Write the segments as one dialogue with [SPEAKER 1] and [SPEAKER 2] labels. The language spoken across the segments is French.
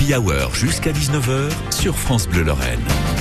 [SPEAKER 1] Happy Hour jusqu'à 19h sur France Bleu Lorraine.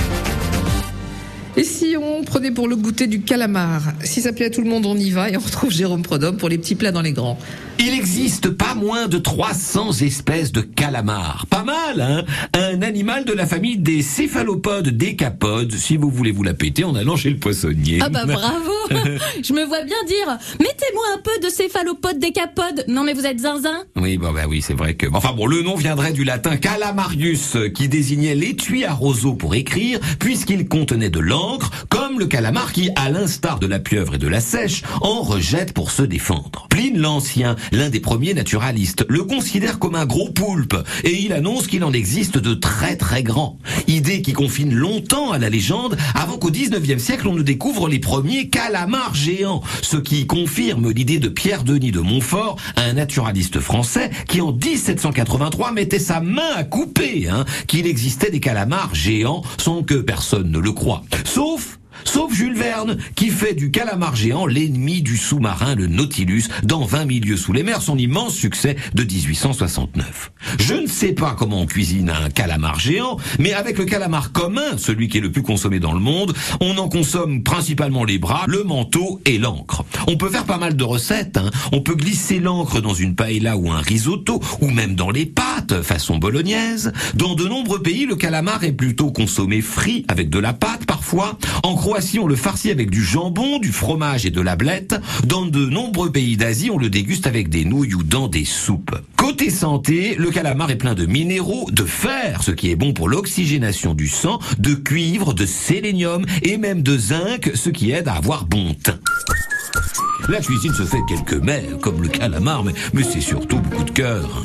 [SPEAKER 2] Et si on prenait pour le goûter du calamar? Si ça plaît à tout le monde, on y va et on retrouve Jérôme Prodhomme pour les petits plats dans les grands.
[SPEAKER 3] Il existe pas moins de 300 espèces de calamars. Pas mal, hein? Un animal de la famille des céphalopodes décapodes, si vous voulez vous la péter en allant chez le poissonnier.
[SPEAKER 4] Ah bah bravo. Je me vois bien dire, mettez-moi un peu de céphalopodes décapodes. Non mais vous êtes zinzin.
[SPEAKER 3] Oui, oui, c'est vrai que... Enfin bon, le nom viendrait du latin calamarius, qui désignait l'étui à roseau pour écrire, puisqu'il contenait de l'encre, comme le calamar qui, à l'instar de la pieuvre et de la seiche, en rejette pour se défendre. Pline l'Ancien, l'un des premiers naturalistes, le considère comme un gros poulpe, et il annonce qu'il en existe de très très grands. Idée qui confine longtemps à la légende, avant qu'au 19e siècle on ne découvre les premiers calamars géants, ce qui confirme l'idée de Pierre-Denis de Montfort, un naturaliste français, qui en 1783 mettait sa main à couper, qu'il existait des calamars géants, sans que personne ne le croie. Sauf Jules Verne, qui fait du calamar géant l'ennemi du sous-marin, le Nautilus, dans 20 000 lieues sous les mers, son immense succès de 1869. Je ne sais pas comment on cuisine un calamar géant, mais avec le calamar commun, celui qui est le plus consommé dans le monde, on en consomme principalement les bras, le manteau et l'encre. On peut faire pas mal de recettes, On peut glisser l'encre dans une paella ou un risotto, ou même dans les pâtes, façon bolognaise. Dans de nombreux pays, le calamar est plutôt consommé frit, avec de la pâte parfois. En Croatie, on le farcit avec du jambon, du fromage et de la blette. Dans de nombreux pays d'Asie, on le déguste avec des nouilles ou dans des soupes. Côté santé, le calamar est plein de minéraux, de fer, ce qui est bon pour l'oxygénation du sang, de cuivre, de sélénium et même de zinc, ce qui aide à avoir bon teint. La cuisine se fait quelques mets, comme le calamar, mais c'est surtout beaucoup de cœur.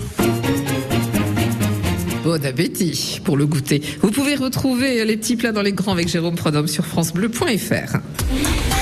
[SPEAKER 2] Bon appétit pour le goûter. Vous pouvez retrouver les petits plats dans les grands avec Jérôme Prodhomme sur francebleu.fr.